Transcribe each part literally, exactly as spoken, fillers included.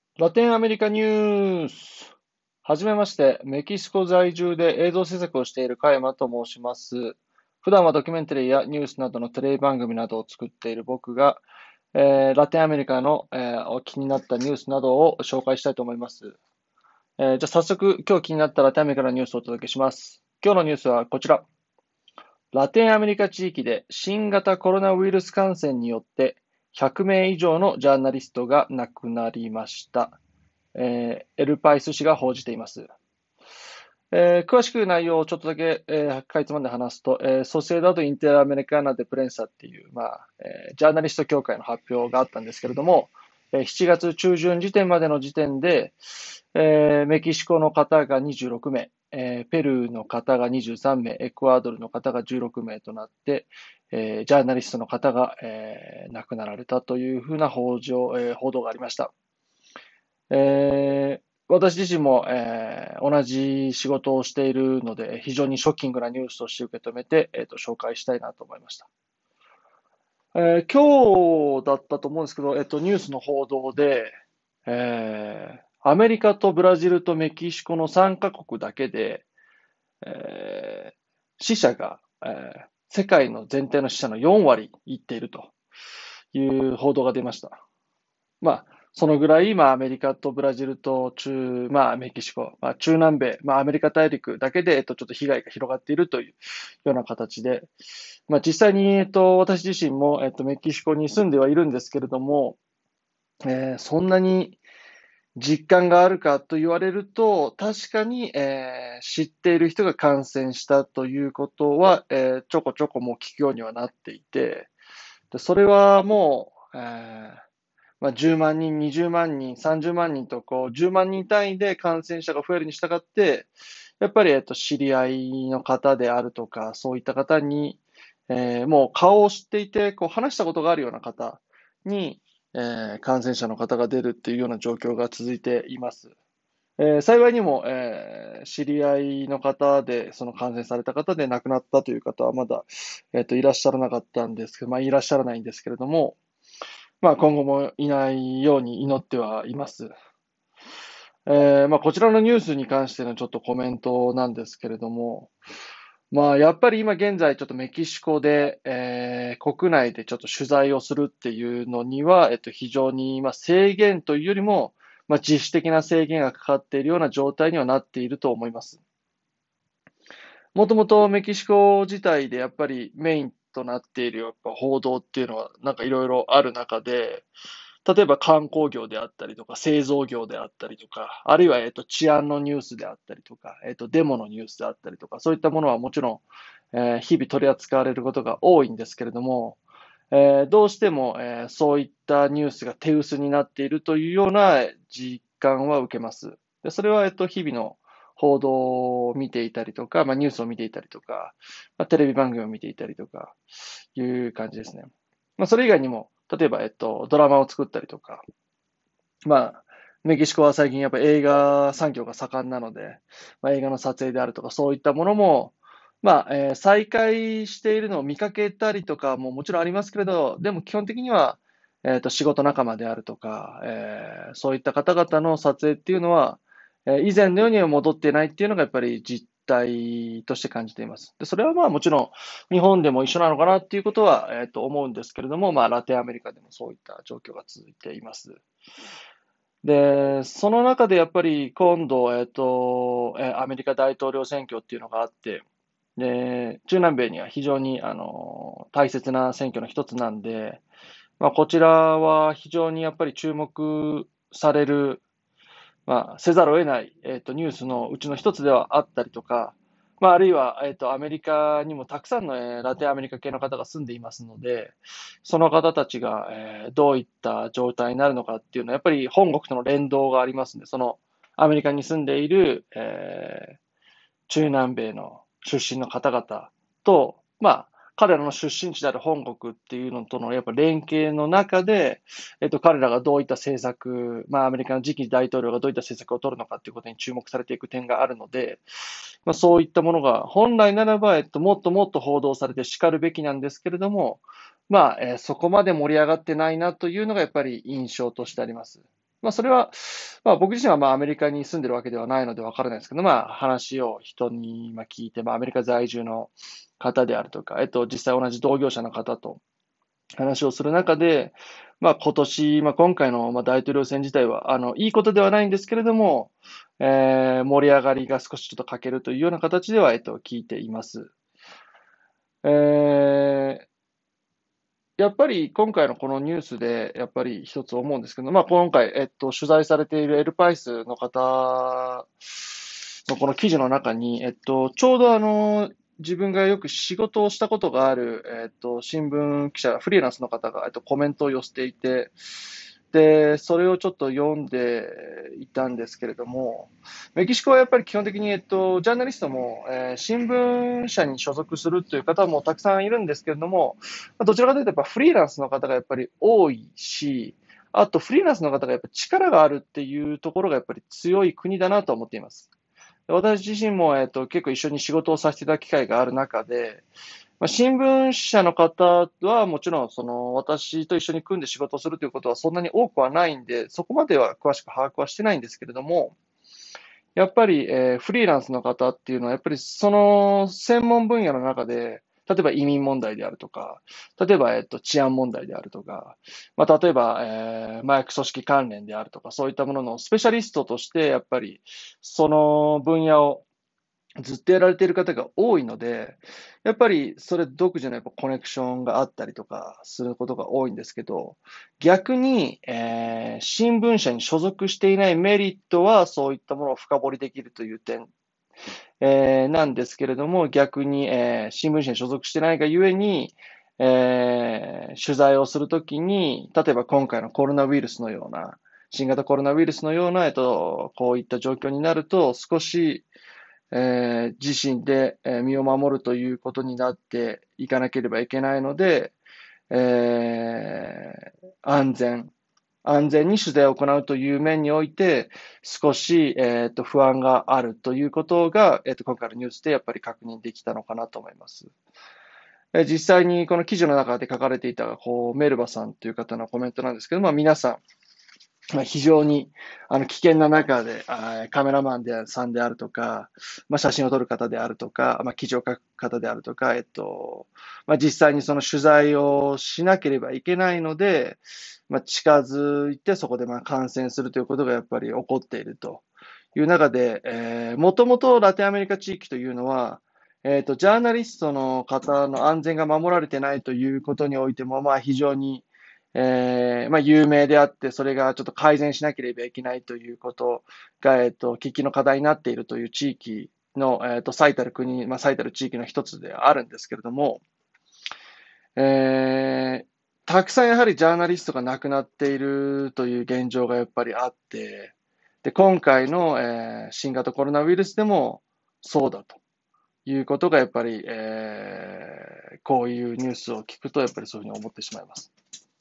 ラテンアメリカニュース。はじめまして、メキシコ在住で映像制作をしているカイマと申します。普段はドキュメンタリーやニュースなどのテレビ番組などを作っている僕が、えーラテンアメリカの、えー気になったニュースなどを紹介したいと思います。えーじゃあ早速、今日気になったラテンアメリカのニュースをお届けします。今日のニュースはこちら。ラテンアメリカ地域で新型コロナウイルス感染によってひゃく名以上のジャーナリストが亡くなりました。えーエルパイス氏が報じています。えー詳しく内容をちょっとだけ、えーかいつまんで話すと、えーソシエダド・インテラ・アメリカーナ・デ・プレンサっていう、まあえージャーナリスト協会の発表があったんですけれども、えーしちがつ中旬時点までの時点で、えーメキシコの方がにじゅうろく名、えーペルーの方がにじゅうさん名、エクアドルの方がじゅうろく名となって、えージャーナリストの方が、えー亡くなられたというふうな報道、えー報道がありました。えー私自身も、えー同じ仕事をしているので、非常にショッキングなニュースとして受け止めて、えーと、紹介したいなと思いました。えー今日だったと思うんですけど、えっと、ニュースの報道で、えーアメリカとブラジルとメキシコのさんカ国だけで、えー死者が、えー世界の全体の死者のよん割いっているという報道が出ました。まあ、そのぐらい、まあ、アメリカとブラジルと中、まあ、メキシコ、まあ、中南米、まあ、アメリカ大陸だけで、えっと、ちょっと被害が広がっているというような形で、まあ、実際に、えっと、私自身も、えっと、メキシコに住んではいるんですけれども、えーそんなに実感があるかと言われると、確かに、えー知っている人が感染したということは、えーちょこちょこもう聞くようにはなっていて、でそれはもう、えーまあ、じゅうまん人、にじゅうまん人、さんじゅうまん人とこうじゅうまん人単位で感染者が増えるに従って、やっぱり、えっと、知り合いの方であるとか、そういった方に、えーもう顔を知っていて、こう話したことがあるような方に、えー感染者の方が出るっていうような状況が続いています。えー幸いにも、えー知り合いの方で、その感染された方で亡くなったという方はまだ、えっと、いらっしゃらなかったんですけど、まあ、いらっしゃらないんですけれども、まあ、今後もいないように祈ってはいます。えーまあ、こちらのニュースに関してのちょっとコメントなんですけれども、まあ、やっぱり今現在ちょっとメキシコで、えー国内でちょっと取材をするっていうのには、えっと、非常に、まあ、制限というよりも、まあ、自主的な制限がかかっているような状態にはなっていると思います。もともとメキシコ自体でやっぱりメインとなっているやっぱ報道っていうのはなんかいろいろある中で、例えば観光業であったりとか、製造業であったりとか、あるいは、えっと、治安のニュースであったりとか、えっと、デモのニュースであったりとか、そういったものはもちろん、えー日々取り扱われることが多いんですけれども、えーどうしても、えーそういったニュースが手薄になっているというような実感は受けます。で、それは、えっと、日々の報道を見ていたりとか、まあ、ニュースを見ていたりとか、まあ、テレビ番組を見ていたりとか、いう感じですね。まあ、それ以外にも、例えば、えっと、ドラマを作ったりとか、まあ、メキシコは最近やっぱ映画産業が盛んなので、まあ、映画の撮影であるとか、そういったものも、まあ、えー再開しているのを見かけたりとかももちろんありますけれど、でも基本的には、えっと、仕事仲間であるとか、えーそういった方々の撮影っていうのは、えー以前のようには戻ってないっていうのがやっぱり実態として感じています。で、それはまあもちろん日本でも一緒なのかなっていうことは、えっと、思うんですけれども、まあラテンアメリカでもそういった状況が続いています。で、その中でやっぱり今度、えっと、えアメリカ大統領選挙っていうのがあって、で、中南米には非常に、あの、大切な選挙の一つなんで、まあ、こちらは非常にやっぱり注目される、まあ、せざるを得ない、えっと、ニュースのうちの一つではあったりとか、まあ、あるいは、えっと、アメリカにもたくさんの、えーラテンアメリカ系の方が住んでいますので、その方たちが、えーどういった状態になるのかっていうのは、やっぱり本国との連動がありますので、そのアメリカに住んでいる、えー中南米の出身の方々と、まあ、彼らの出身地である本国っていうのとのやっぱ連携の中で、えっと、彼らがどういった政策、まあ、アメリカの次期大統領がどういった政策を取るのかっていうことに注目されていく点があるので、まあ、そういったものが本来ならば、えっと、もっともっと報道されて叱るべきなんですけれども、まあ、えーそこまで盛り上がってないなというのがやっぱり印象としてあります。 まあ、それは、まあ、僕自身はまあアメリカに住んでるわけではないのでわからないですけど、まあ、話を人にまあ聞いて、まあ、アメリカ在住の方であるとか、えっと、実際同じ同業者の方と話をする中で、まあ、今年、まあ、今回のまあ大統領選自体は、あの、いいことではないんですけれども、えー盛り上がりが少しちょっと欠けるというような形では、えっと、聞いています。えーやっぱり今回のこのニュースで、やっぱり一つ思うんですけど、まあ今回、えっと、取材されているエルパイスの方のこの記事の中に、えっと、ちょうどあの、自分がよく仕事をしたことがある、えっと、新聞記者、フリーランスの方が、えっと、コメントを寄せていて、で、それをちょっと読んでいたんですけれども、メキシコはやっぱり基本的に、えっと、ジャーナリストも、えー新聞社に所属するという方もたくさんいるんですけれども、まあどちらかというとやっぱフリーランスの方がやっぱり多いし、あとフリーランスの方がやっぱ力があるっていうところがやっぱり強い国だなと思っています。私自身も、えっと、結構一緒に仕事をさせていただく機会がある中で、まあ、新聞社の方はもちろん、その、私と一緒に組んで仕事をするということはそんなに多くはないんで、そこまでは詳しく把握はしてないんですけれども、やっぱり、えーフリーランスの方っていうのは、やっぱりその専門分野の中で、例えば移民問題であるとか、例えば、えっと、治安問題であるとか、まあ、例えば、えー麻薬組織関連であるとか、そういったもののスペシャリストとして、やっぱり、その分野をずっとやられている方が多いので、やっぱりそれ独自のやっぱコネクションがあったりとかすることが多いんですけど、逆に、えー新聞社に所属していないメリットはそういったものを深掘りできるという点、えーなんですけれども、逆に、えー新聞社に所属してないがゆえに、えー取材をするときに、例えば今回のコロナウイルスのような、新型コロナウイルスのような、えっと、こういった状況になると、少し、えー自身でえー身を守るということになっていかなければいけないので、えー安全、安全に取材を行うという面において、少し、えーと不安があるということが、えーと今回のニュースでやっぱり確認できたのかなと思います。えー実際にこの記事の中で書かれていたこうメルバさんという方のコメントなんですけど、まあ、皆さん、まあ、非常にあの危険な中で、あカメラマンでさんであるとか、まあ、写真を撮る方であるとか、まあ、記事を書く方であるとか、えっと、まあ、実際にその取材をしなければいけないので、まあ、近づいてそこでまあ感染するということがやっぱり起こっているという中で、えー、もともとラテンアメリカ地域というのは、えっと、ジャーナリストの方の安全が守られてないということにおいても、まあ、非常にえーまあ、有名であって、それがちょっと改善しなければいけないということが、えっと、喫緊の課題になっているという地域の、えっと、最たる国、まあ、最たる地域の一つであるんですけれども、えーたくさんやはりジャーナリストが亡くなっているという現状がやっぱりあって、で、今回の、えー新型コロナウイルスでもそうだということがやっぱり、えーこういうニュースを聞くとやっぱりそういうふうに思ってしまいます。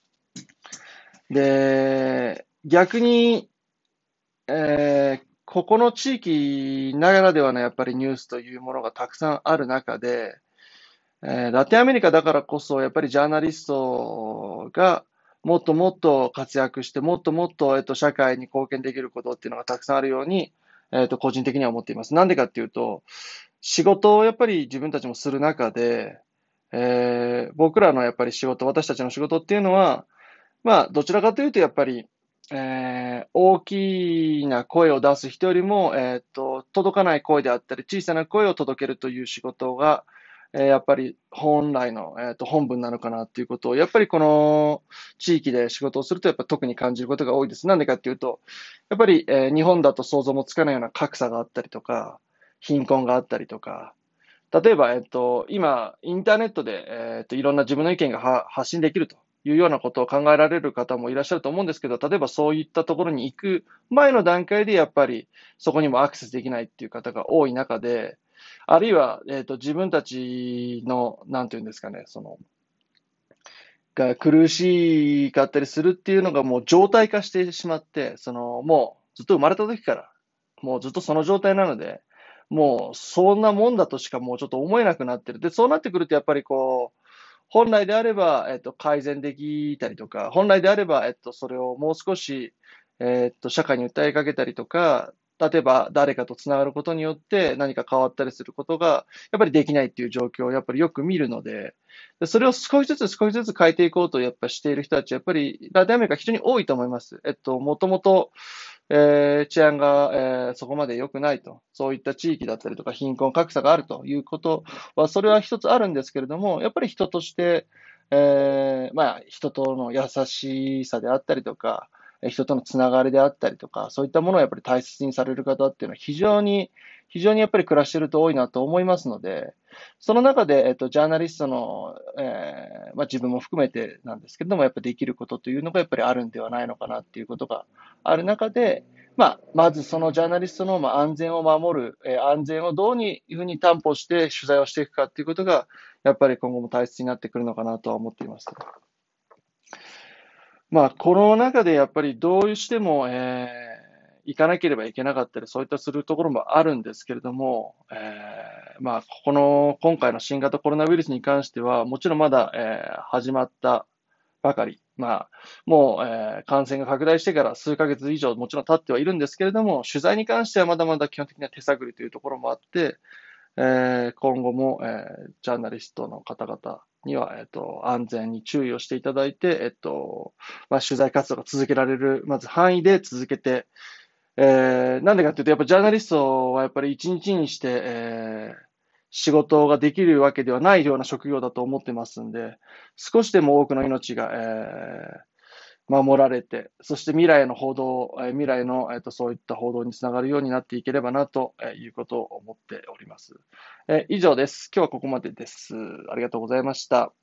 で、逆に、えーここの地域ならではのやっぱりニュースというものがたくさんある中で、えーラテンアメリカだからこそ、やっぱりジャーナリストがもっともっと活躍して、もっともっと、えっと、社会に貢献できることっていうのがたくさんあるように、えっと、個人的には思っています。なんでかっていうと、仕事をやっぱり自分たちもする中で、えー僕らのやっぱり仕事、私たちの仕事っていうのは、まあ、どちらかというと、やっぱり、えー大きな声を出す人よりも、えーっと、届かない声であったり、小さな声を届けるという仕事が、えーやっぱり本来の、えーっと、本分なのかなっていうことを、やっぱりこの地域で仕事をすると、やっぱ特に感じることが多いです。なんでかっていうと、やっぱり、えー日本だと想像もつかないような格差があったりとか、貧困があったりとか、例えば、えっと、今、インターネットで、えっと、いろんな自分の意見がは発信できるというようなことを考えられる方もいらっしゃると思うんですけど、例えばそういったところに行く前の段階でやっぱりそこにもアクセスできないっていう方が多い中で、あるいは、えっと、自分たちの、なんていうんですかね、その、が苦しかったりするっていうのがもう状態化してしまって、その、もうずっと生まれた時から、もうずっとその状態なので、もうそんなもんだとしかもうちょっと思えなくなってる。で、そうなってくるとやっぱりこう、本来であれば、えっと、改善できたりとか、本来であれば、えっと、それをもう少し、 えーっと、社会に訴えかけたりとか、例えば誰かとつながることによって何か変わったりすることが、やっぱりできないっていう状況をやっぱりよく見るので、でそれを少しずつ少しずつ変えていこうとやっぱしている人たち、やっぱりラテンアメリカ非常に多いと思います。えっと、もともと、えー治安が、えーそこまで良くないと、そういった地域だったりとか貧困格差があるということは、それは一つあるんですけれども、やっぱり人として、えーまあ、人との優しさであったりとか、え人とのつながりであったりとか、そういったものをやっぱり大切にされる方っていうのは非常に、非常にやっぱり暮らしてると多いなと思いますので、その中で、えっと、ジャーナリストの、えーまあ、自分も含めてなんですけれども、やっぱりできることというのがやっぱりあるんではないのかなっていうことがある中で、まあ、まずそのジャーナリストのまあ安全を守る、えー安全をどういうふうに担保して取材をしていくかっていうことが、やっぱり今後も大切になってくるのかなとは思っています。まあ、この中でやっぱりどうしても、えー行かなければいけなかったり、そういったするところもあるんですけれども、えーまあ、ここの、今回の新型コロナウイルスに関しては、もちろんまだ、えー始まったばかり。まあ、もう、えー感染が拡大してから数ヶ月以上もちろん経ってはいるんですけれども、取材に関してはまだまだ基本的には手探りというところもあって、えー今後も、えージャーナリストの方々には、えっと、安全に注意をしていただいて、えっと、まあ、取材活動が続けられる、まず範囲で続けて、えーなんでかっていうと、やっぱジャーナリストはやっぱり一日にして、えー仕事ができるわけではないような職業だと思ってますんで、少しでも多くの命が、えー守られて、そして未来の報道、えー未来の、えーと、そういった報道につながるようになっていければなということを思っております。えー以上です。今日はここまでです。ありがとうございました。